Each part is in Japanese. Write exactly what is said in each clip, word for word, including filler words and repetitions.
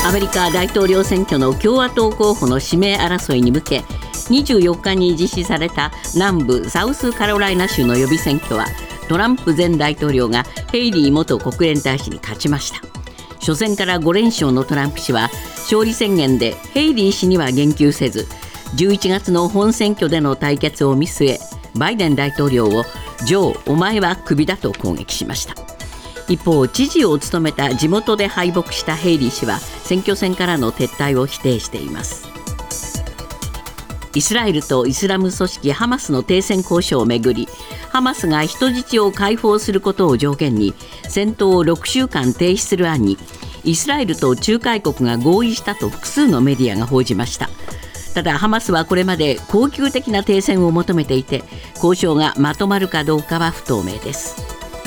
アメリカ大統領選挙の共和党候補の指名争いに向けにじゅうよっかに実施された南部サウスカロライナ州の予備選挙はトランプ前大統領がヘイリー元国連大使に勝ちました。初戦からご連勝のトランプ氏は勝利宣言でヘイリー氏には言及せず、じゅういちがつの本選挙での対決を見据えバイデン大統領をジョーお前はクビだと攻撃しました。一方、知事を務めた地元で敗北したヘイリー氏は選挙戦からの撤退を否定しています。イスラエルとイスラム組織ハマスの停戦交渉をめぐり、ハマスが人質を解放することを条件に戦闘をろくしゅうかん停止する案にイスラエルと仲介国が合意したと複数のメディアが報じました。ただハマスはこれまで恒久的な停戦を求めていて、交渉がまとまるかどうかは不透明です。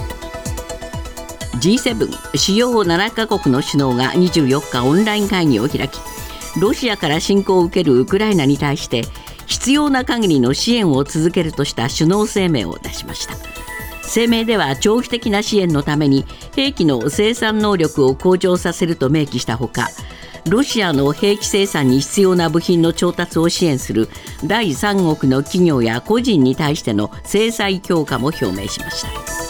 ジーセブン 主要ななカ国の首脳がにじゅうよっかオンライン会議を開き、ロシアから侵攻を受けるウクライナに対して必要な限りの支援を続けるとした首脳声明を出しました。声明では長期的な支援のために兵器の生産能力を向上させると明記したほか、ロシアの兵器生産に必要な部品の調達を支援する第三国の企業や個人に対しての制裁強化も表明しました。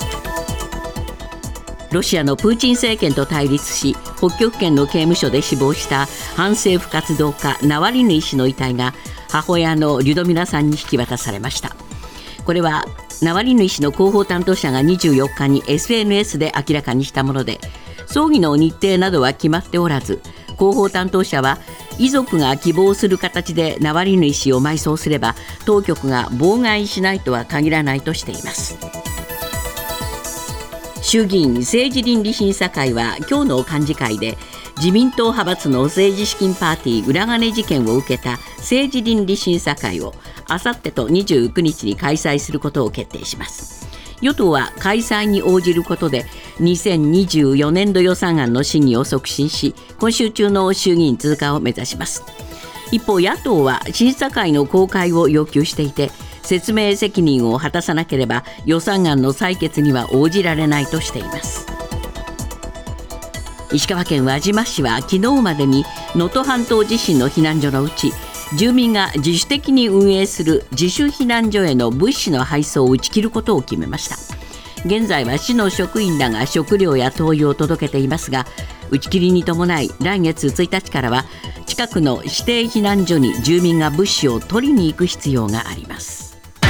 ロシアのプーチン政権と対立し北極圏の刑務所で死亡した反政府活動家ナワリヌイ氏の遺体が母親のリュドミラさんに引き渡されました。これはナワリヌイ氏の広報担当者がにじゅうよっかに エスエヌエス で明らかにしたもので、葬儀の日程などは決まっておらず、広報担当者は遺族が希望する形でナワリヌイ氏を埋葬すれば当局が妨害しないとは限らないとしています。衆議院政治倫理審査会は今日の幹事会で自民党派閥の政治資金パーティー裏金事件を受けた政治倫理審査会をあさってとにじゅうくにちに開催することを決定します。与党は開催に応じることでにせんにじゅうよねんど予算案の審議を促進し、今週中の衆議院通過を目指します。一方、野党は審査会の公開を要求していて、説明責任を果たさなければ予算案の採決には応じられないとしています。石川県輪島市は昨日までに能登半島地震の避難所のうち住民が自主的に運営する自主避難所への物資の配送を打ち切ることを決めました。現在は市の職員らが食料や灯油を届けていますが、打ち切りに伴い来月ついたちからは近くの指定避難所に住民が物資を取りに行く必要があります。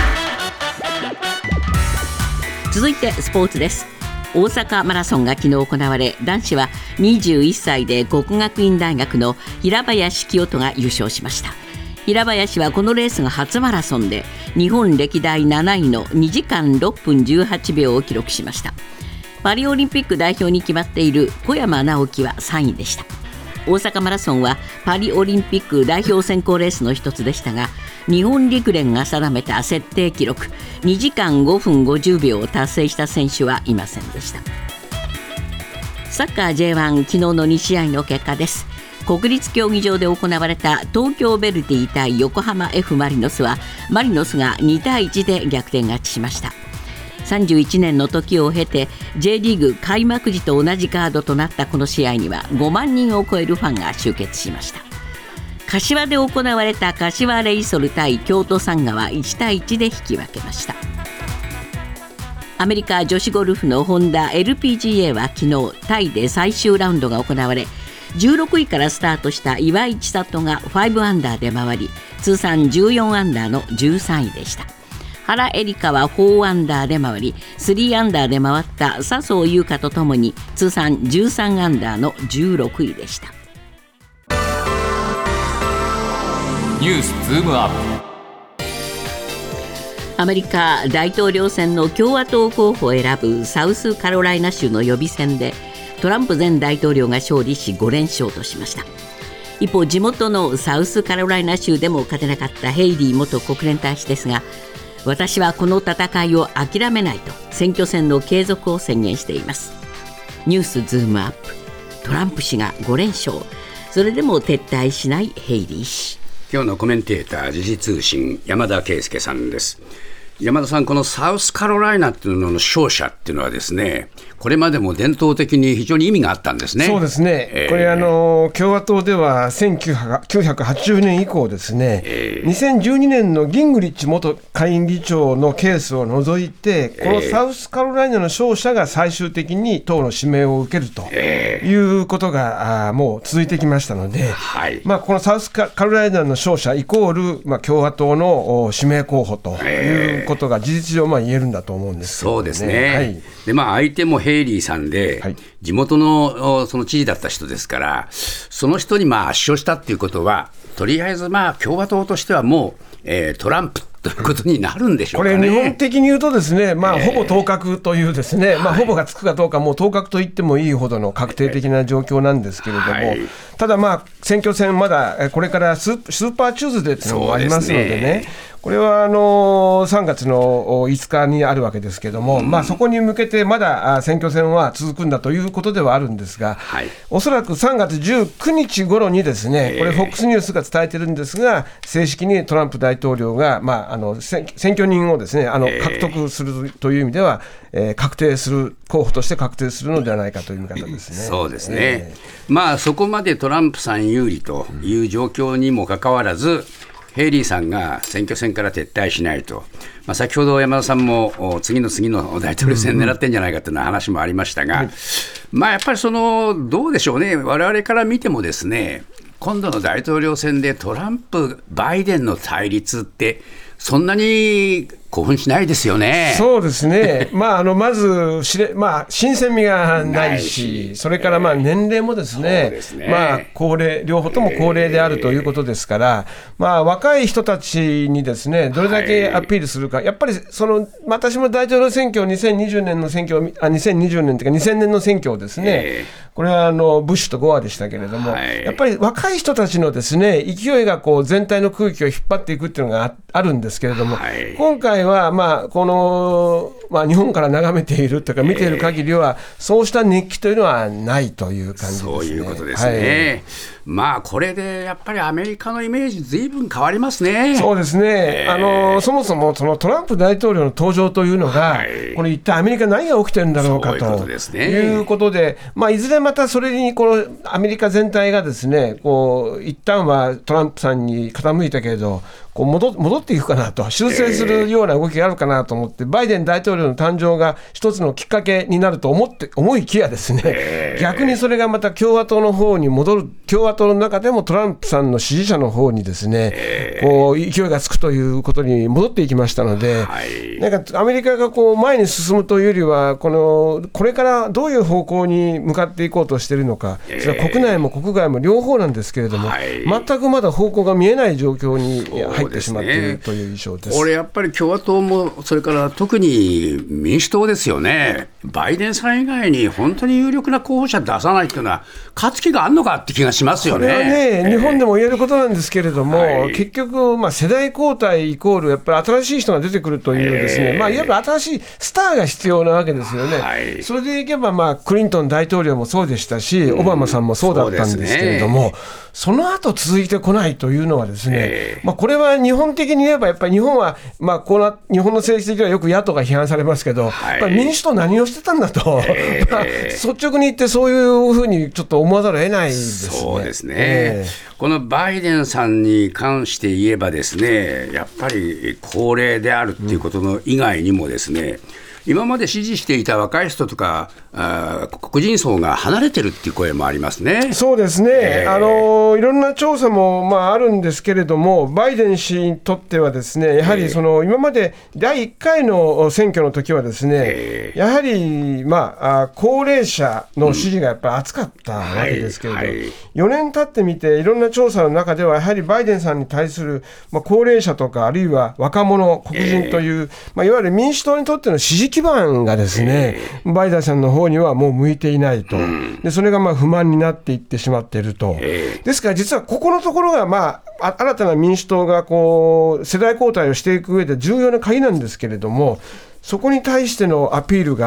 続いてスポーツです。大阪マラソンが昨日行われ、男子はにじゅういっさいで國學院大學の平林清人が優勝しました。平林はこのレースが初マラソンで日本歴代なないのにじかんろっぷんじゅうはちびょうを記録しました。パリオリンピック代表に決まっている小山直樹はさんいでした。大阪マラソンはパリオリンピック代表選考レースの一つでしたが、日本陸連が定めた設定記録にじかんごふんごじゅうびょうを達成した選手はいませんでした。サッカー ジェイワン 昨日のにしあいの結果です。国立競技場で行われた東京ヴェルディ対横浜 F マリノスはマリノスがにたいいちで逆転勝ちしました。さんじゅういちねんの時を経て J リーグ開幕時と同じカードとなったこの試合にはごまんにんを超えるファンが集結しました。柏で行われた柏レイソル対京都サンガはいちたいいちで引き分けました。アメリカ女子ゴルフのホンダ エルピージーエー は昨日タイで最終ラウンドが行われ、じゅうろくいからスタートした岩井千怜がごアンダーで回り、通算じゅうよんアンダーのじゅうさんいでした。原恵梨香はよんアンダーで回り、さんアンダーで回った笹生優花とともに通算じゅうさんアンダーのじゅうろくいでした。 ニュースズームアップ。 アメリカ大統領選の共和党候補を選ぶサウスカロライナ州の予備選でトランプ前大統領が勝利しごれんしょうとしました。一方、地元のサウスカロライナ州でも勝てなかったヘイリー元国連大使ですが、私はこの戦いを諦めないと選挙戦の継続を宣言しています。ニュースズームアップ。トランプ氏がごれんしょう、それでも撤退しないヘイリー氏。 今日のコメンテーター、時事通信山田圭介さんです。 山田さん、このサウスカロライナっていうのの勝者っていうのはですね、これまでも伝統的に非常に意味があったんですね。 そうですね、 えー、 これあの共和党ではせんきゅうひゃくはちじゅうねん以降ですね、えー、にせんじゅうにねんのギングリッチ元下院議長のケースを除いて、このサウスカロライナの勝者が最終的に党の指名を受けるということが、あもう続いてきましたので、はい、まあ、このサウスカロライナの勝者イコール、まあ、共和党の指名候補ということが事実上まあ言えるんだと思うんですけどね。 そうですね、はい、でまあ、相手もヘイリーさんで、はい、地元 の, その知事だった人ですから、その人にまあ圧勝したっていうことは、とりあえずまあ共和党としてはもう、えー、トランプということになるんでしょうかね。 これ日本的に言うとですね、まあ、ほぼ当確というですね、えーまあ、ほぼがつくかどうか、もう当確と言ってもいいほどの確定的な状況なんですけれども、はい、ただまあ選挙戦まだこれからスー、スーパーチューズデーというのもありますのでね、これはあのさんがつのいつかにあるわけですけれども、うん、まあ、そこに向けてまだ選挙戦は続くんだということではあるんですが、はい、おそらくさんがつじゅうくにち頃にですね、これ フォックス ニュースが伝えてるんですが、正式にトランプ大統領が、まあ、あの選挙人をですね、あの獲得するという意味では、えー、確定する候補として確定するのではないかという見方ですね。 そうですね、えーまあ、そこまでトランプさん有利という状況にもかかわらず、ヘイリーさんが選挙戦から撤退しないと、まあ、先ほど山田さんも次の次の大統領選狙ってんじゃないかという話もありましたが、うんうん、まあ、やっぱりそのどうでしょうね、我々から見てもですね、今度の大統領選でトランプ・バイデンの対立ってそんなに興奮しないですよね。 そうですね、まあ、あのまずしれ、まあ、新鮮味がないし、それからまあ年齢もですね、えー、まあ、高齢、両方とも高齢であるということですから、えーまあ、若い人たちにですね、どれだけアピールするか、はい、やっぱりその私も大統領選挙、にせんにじゅうねんの選挙、あにせんにじゅうねんというかにせんねんの選挙をですね、えー、これはあのブッシュとゴアでしたけれども、はい、やっぱり若い人たちのですね、勢いがこう全体の空気を引っ張っていくっていうのが あ, あるんですけれども、はい、今回は、まあ、この、まあ、日本から眺めているというか見ている限りは、えー、そうした熱気というのはないという感じですね。 そういうことですね、はい、まあ、これでやっぱりアメリカのイメージずいぶん変わりますね。 そうですね、えー、あのそもそもそのトランプ大統領の登場というのが、はい、これ一体アメリカ何が起きてるんだろうかということで、まあ、いずれまたそれにこのアメリカ全体がですね、こう一旦はトランプさんに傾いたけれど、こう 戻, 戻っていくかなと、修正するような動きがあるかなと思って、えー、バイデン大統領の誕生が一つのきっかけになると思って思いきやですね、えー、逆にそれがまた共和党の方に戻る、共和党の中でもトランプさんの支持者の方にですね、えー、こう勢いがつくということに戻っていきましたので、はい、なんかアメリカがこう前に進むというよりは、このこれからどういう方向に向かっていこうとしているのか、それは国内も国外も両方なんですけれども、はい、全くまだ方向が見えない状況に入ってしまっているという印象です。 これやっぱり共和党も、それから特に民主党ですよね、バイデンさん以外に本当に有力な候補者出さないというのは、勝つ気があるのかって気がしますよね。 これはね、日本でも言えることなんですけれども、はい、結局、まあ、世代交代イコールやっぱり新しい人が出てくるというですね、まあ、いわば新しいスターが必要なわけですよね、はい、それでいけば、まあ、クリントン大統領もそうでしたし、うん、オバマさんもそうだったんですけれども、その後続いてこないというのはですね、えーまあ、これは日本的に言えばやっぱり日本は、まあ、この日本の政治的にはよく野党が批判されますけど、はい、やっぱり民主党何をしてたんだと、えーまあ、率直に言ってそういうふうにちょっと思わざるを得ないですね。 そうですね、えー、このバイデンさんに関して言えばですね、やっぱり高齢であるっていうことの以外にもですね、うん、今まで支持していた若い人とかあ黒人層が離れてるっていう声もありますね。 そうですね、えー、あのいろんな調査も、まあ、あるんですけれども、バイデン氏にとってはですね、やはりその、えー、今までだいいっかいの選挙の時はですね、えー、やはり、まあ、高齢者の支持がやっぱり厚かったわけですけれど、うんはいはい、よねん経ってみていろんな調査の中ではやはりバイデンさんに対する、まあ、高齢者とかあるいは若者黒人という、えーまあ、いわゆる民主党にとっての支持基盤がですね、えー、バイデンさんの方にはもう向いていないと、うん、でそれがまあ不満になっていってしまっていると、えー、ですから実はここのところが、まあ、新たな民主党がこう世代交代をしていく上で重要な鍵なんですけれども、そこに対してのアピールが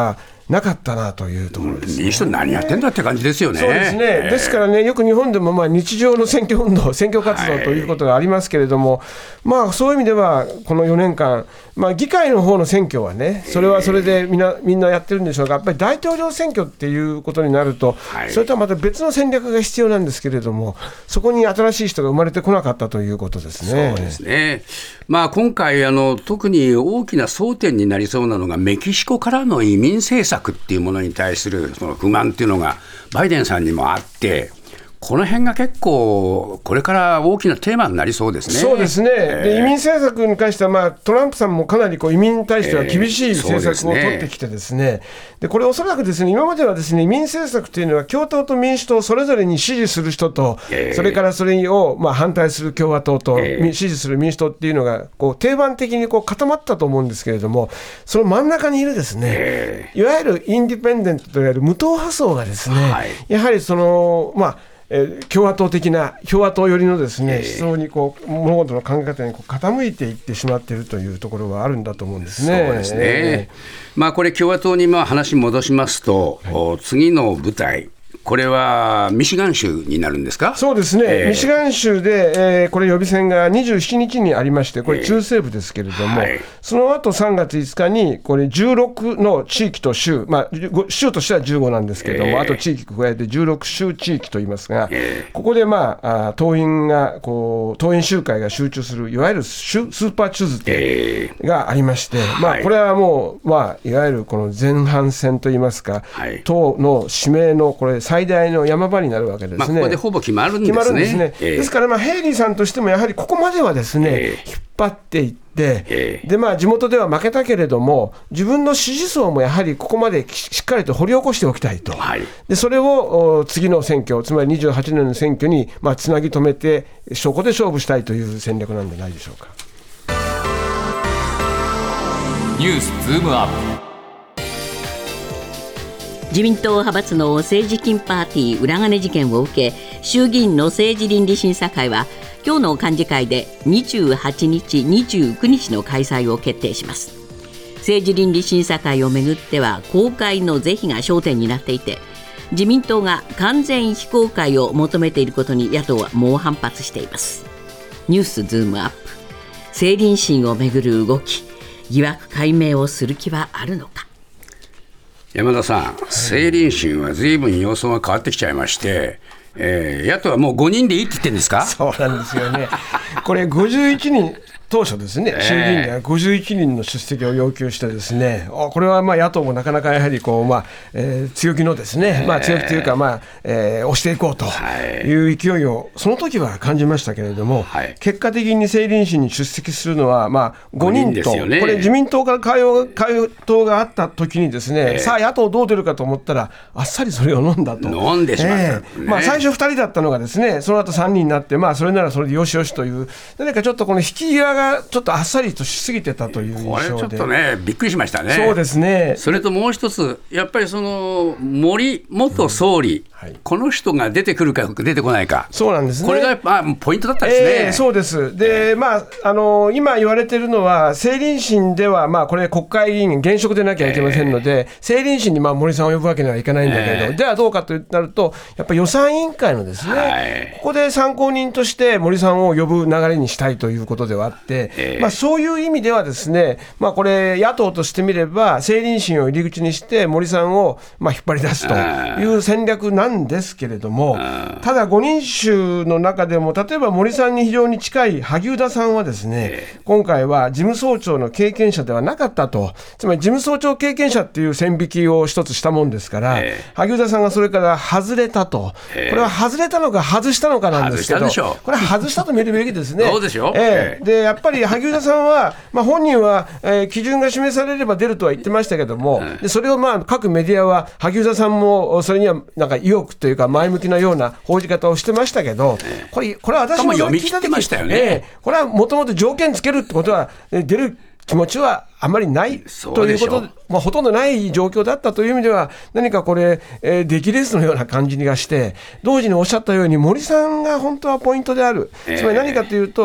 なかったなというところです、ね。 いい人何やってんだって感じですよね。 そうですね、えー、ですからね、よく日本でもまあ日常の選挙運動、選挙活動ということがありますけれども、はい、まあ、そういう意味では、このよねんかん、まあ、議会の方の選挙はね、それはそれでみんな、みんなやってるんでしょうが、やっぱり大統領選挙っていうことになると、はい、それとはまた別の戦略が必要なんですけれども、そこに新しい人が生まれてこなかったということですね。 そうですね、まあ、今回あの、特に大きな争点になりそうなのが、メキシコからの移民政策っていうものに対するその不満っていうのがバイデンさんにもあって、この辺が結構これから大きなテーマになりそうですね。 そうですね、えー、で移民政策に関しては、まあ、トランプさんもかなりこう移民に対しては厳しい政策を取ってきてですね、えー、でこれおそらくですね、今まではですね、移民政策というのは共和党と民主党それぞれに支持する人と、えー、それからそれをまあ反対する共和党と、えー、支持する民主党っていうのがこう定番的にこう固まったと思うんですけれども、その真ん中にいるですね、えー、いわゆるインディペンデントといわれる無党派層がですね、はい、やはりそのまあえー、共和党的な共和党寄りのですね、思想にこう物事の考え方にこう傾いていってしまっているというところがあるんだと思うんですね。 そうですね、えーまあ、これ共和党にまあ話戻しますと、はい、次の舞台、これはミシガン州になるんですか。 そうですね、えー、ミシガン州で、えー、これ予備選がにじゅうしちにちにありまして、これ中西部ですけれども、えーはい、その後さんがついつかにこれじゅうろくの地域と州、まあ、州としてはじゅうごなんですけれども、えー、あと地域加えてじゅうろく州地域といいますが、えー、ここで、まあ、党員がこう党員集会が集中するいわゆるスーパーチューズデーがありまして、えーまあ、これはもう、まあ、いわゆるこの前半戦といいますか、はい、党の指名のこれ最大の山場になるわけですね。まあ、 ここでほぼ決まるんですね。決まるんですね、 えー、ですから、まあ、ヘイリーさんとしてもやはりここまではですね、えー、引っ張っていって、えーでまあ、地元では負けたけれども自分の支持層もやはりここまでしっかりと掘り起こしておきたいと、はい、でそれを次の選挙、つまりにじゅうはちねんの選挙に、まあ、つなぎ止めてそこで勝負したいという戦略なんじゃないでしょうか。 ニュースズームアップ。 自民党派閥の政治金パーティー裏金事件を受け、衆議院の政治倫理審査会は今日の幹事会でにじゅうはちにち、にじゅうくにちの開催を決定します。政治倫理審査会をめぐっては公開の是非が焦点になっていて、自民党が完全非公開を求めていることに野党は猛反発しています。ニュースズームアップ。政倫審をめぐる動き、疑惑解明をする気はあるのか。 山田さん、政倫審はずいぶん様相が変わってきちゃいまして、えー、野党はもうごにんでいいって言ってるんですか。 そうなんですよね。これごじゅういちにん、当初ですね、衆議院ではごじゅういちにんの出席を要求してですね、これはまあ野党もなかなかやはりこう、まあえー、強気のですね、まあ、強気というか、まあえー、押していこうという勢いをその時は感じましたけれども、はい、結果的に政倫審に出席するのはまあごにんと、これ自民党から回答があった時にですね、えー、さあ野党どう出るかと思ったらあっさりそれを飲んだと。 飲んでしまった、ねえーまあ、最初ふたりだったのがですね、その後さんにんになって、まあ、それならそれでよしよしという、何かちょっとこの引き際がちょっとあっさりとしすぎてたという印象で、 これちょっとねびっくりしましたね。 そうですね。 それともう一つ、やっぱりその森元総理、うんはい、この人が出てくるか出てこないか、 そうなんですね。 これがやっぱポイントだったんですね。 えー、そうですで、えーまあ、あの今言われているのは政倫審では、まあ、これ国会議員現職でなきゃいけませんので、えー、政倫審にまあ森さんを呼ぶわけにはいかないんだけれど、えー、ではどうかとなるとやっぱり予算委員会のですね、はい、ここで参考人として森さんを呼ぶ流れにしたいということではあって、えーまあ、そういう意味ではですね、まあ、これ野党としてみれば政倫審を入り口にして森さんをまあ引っ張り出すという戦略なんですけれども、ただごにん衆の中でも例えば森さんに非常に近い萩生田さんはですね、今回は事務総長の経験者ではなかったと、つまり事務総長経験者っていう線引きを一つしたもんですから、萩生田さんがそれから外れたと、これは外れたのか外したのかなんですけど、これは外したと見るべきですね。 そうでしょ、 えー、でやっぱり萩生田さんは、まあ、本人は、えー、基準が示されれば出るとは言ってましたけども、でそれをまあ各メディアは萩生田さんもそれにはなんか意欲というか前向きなような報じ方をしてましたけど、これこれは私も読み切ってましたよね。 えー、これはもともと条件つけるってことは出る気持ちはあまりないということで、まあ、ほとんどない状況だったという意味では何かこれ、えー、出来レースのような感じがして、同時におっしゃったように森さんが本当はポイントである。つまり何かというと、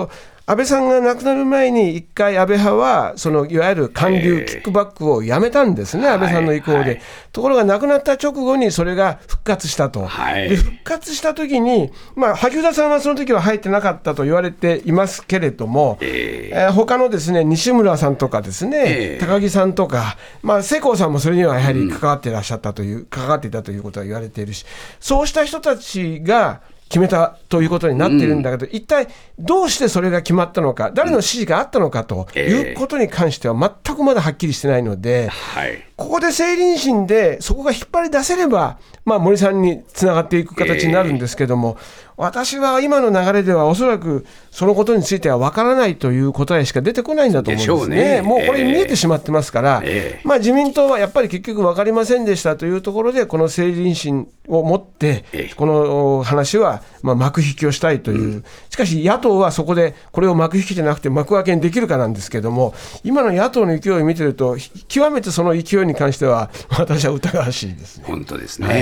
安倍さんが亡くなる前に一回安倍派はそのいわゆる還流キックバックをやめたんですね、安倍さんの意向で、はいはい、ところが亡くなった直後にそれが復活したと、はい、で復活したときに、まあ、萩生田さんはその時は入ってなかったと言われていますけれども、えーえー、他のですね西村さんとかですね、えー、高木さんとか、まあ、世耕さんもそれにはやはり関わっていらっしゃったという、うん、関わっていたということは言われているし、そうした人たちが決めたということになっているんだけど、うん、一体どうしてそれが決まったのか、誰の指示があったのかということに関しては全くまだはっきりしてないので、はい、ここで政倫審でそこが引っ張り出せれば、まあ、森さんにつながっていく形になるんですけども、私は今の流れではおそらくそのことについては分からないという答えしか出てこないんだと思うんですね。もうこれ見えてしまってますから、えーまあ、自民党はやっぱり結局分かりませんでしたというところで、この政倫審をもってこの話はまあ幕引きをしたいという、うん、しかし野党はそこでこれを幕引きじゃなくて幕開けにできるかなんですけども、今の野党の勢いを見てると極めてその勢いに関しては私は疑わしいですね。 本当ですね、はい。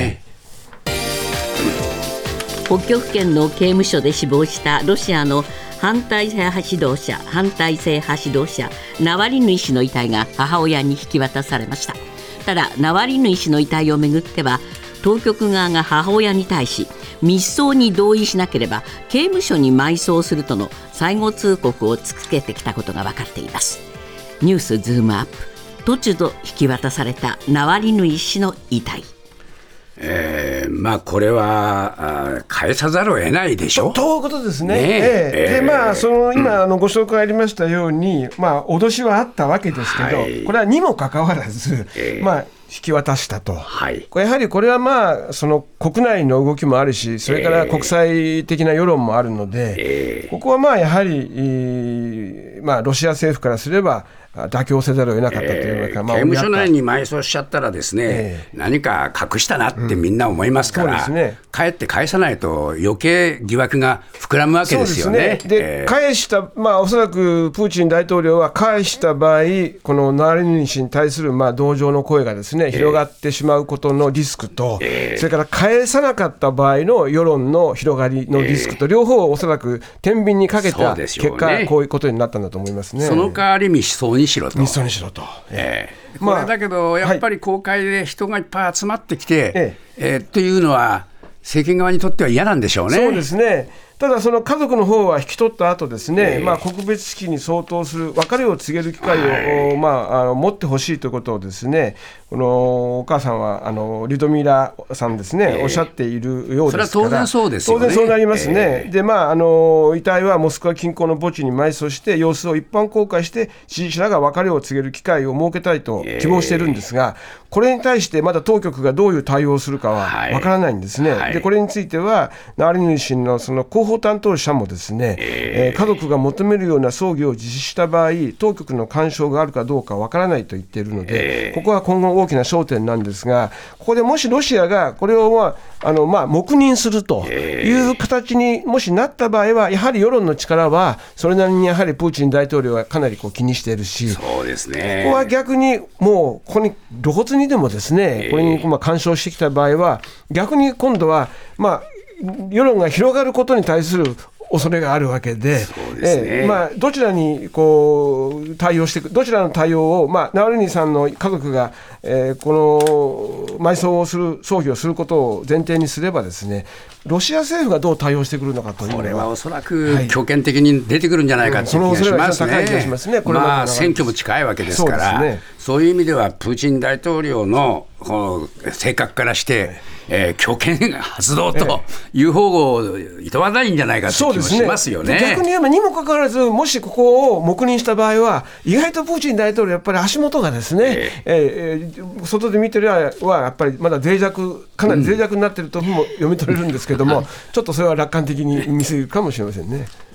北極圏の刑務所で死亡したロシアの反体制派指導者反体制派指導者ナワリヌイ氏の遺体が母親に引き渡されました。ただナワリヌイ氏の遺体をめぐっては、当局側が母親に対し密葬に同意しなければ刑務所に埋葬するとの最後通告をつけてきたことが分かっています。ニュースズームアップ、突如引き渡されたナワリヌイ氏の遺体。 えーまあ、これは返さざるを得ないでしょということですね。ねえー、でまあ、その今、うん、ご紹介ありましたように、まあ、脅しはあったわけですけど、はい、これはにもかかわらず、えーまあ、引き渡したと、はい、これやはりこれは、まあ、その国内の動きもあるし、それから国際的な世論もあるので、えー、ここはまあやはり、えーまあ、ロシア政府からすれば妥協せざるを得なかったというか、 えーまあ、刑務所内に埋葬しちゃったらですね、えー、何か隠したなってみんな思いますから、うんそうですね、帰って返さないと余計疑惑が膨らむわけですよね。 そうですね。で、えー、返した、まあ、おそらくプーチン大統領は返した場合、このナワリヌイ氏に対するまあ同情の声がですね、広がってしまうことのリスクと、えー、それから返さなかった場合の世論の広がりのリスクと、両方をおそらく天秤にかけた結果、ね、こういうことになったんだと思いますね。 その代わり密葬にしろと。 密葬にしろと。 えーまあ、これだけどやっぱり公開で人がいっぱい集まってきて、はいえー、というのは政権側にとっては嫌なんでしょうね。 そうですね。ただその家族の方は引き取った後ですね、えーまあ、告別式に相当する別れを告げる機会を、はいまあ、あの持ってほしいということをですね、このお母さんはあのリュドミラさんですね、えー、おっしゃっているようですから、 それは当然そうですよね。 当然そうなりますね、えーでまあ、あの遺体はモスクワ近郊の墓地に埋葬して様子を一般公開して支持者らが別れを告げる機会を設けたいと希望しているんですが、えー、これに対してまだ当局がどういう対応をするかはわからないんですね、はいはい、でこれについてはナワリヌイ氏のその広報担当者もですね、えーえー、家族が求めるような葬儀を実施した場合、当局の干渉があるかどうかわからないと言っているので、えー、ここは今後大きな焦点なんですが、ここでもしロシアがこれを、まああのまあ、黙認するという形にもしなった場合は、やはり世論の力はそれなりにやはりプーチン大統領はかなりこう気にしているし、 そうですね、 ここは逆にもうここに露骨にでもですね、これにまあ干渉してきた場合は、逆に今度はまあ世論が広がることに対する恐れがあるわけで、 そうですね、 えーまあ、どちらにこう対応していく、どちらの対応を、まあ、ナワリヌイさんの家族が、えー、この埋葬をする、葬儀をすることを前提にすればですね、ロシア政府がどう対応してくるのかというのは、 これはおそらく強権的に出てくるんじゃないかという気がしますね。 高い気がしますね。これまあ、選挙も近いわけですから、そうですね、そういう意味ではプーチン大統領のこの性格からして、えー、強権発動という方をいとわないんじゃないかという気もしますよね。 ね、逆に言えばにもかかわらず、もしここを黙認した場合は、意外とプーチン大統領やっぱり足元がですね、えーえー、外で見てるはやっぱりまだ脆弱、かなり脆弱になっているとも読み取れるんですけども、うん、ちょっとそれは楽観的に見せるかもしれませんね。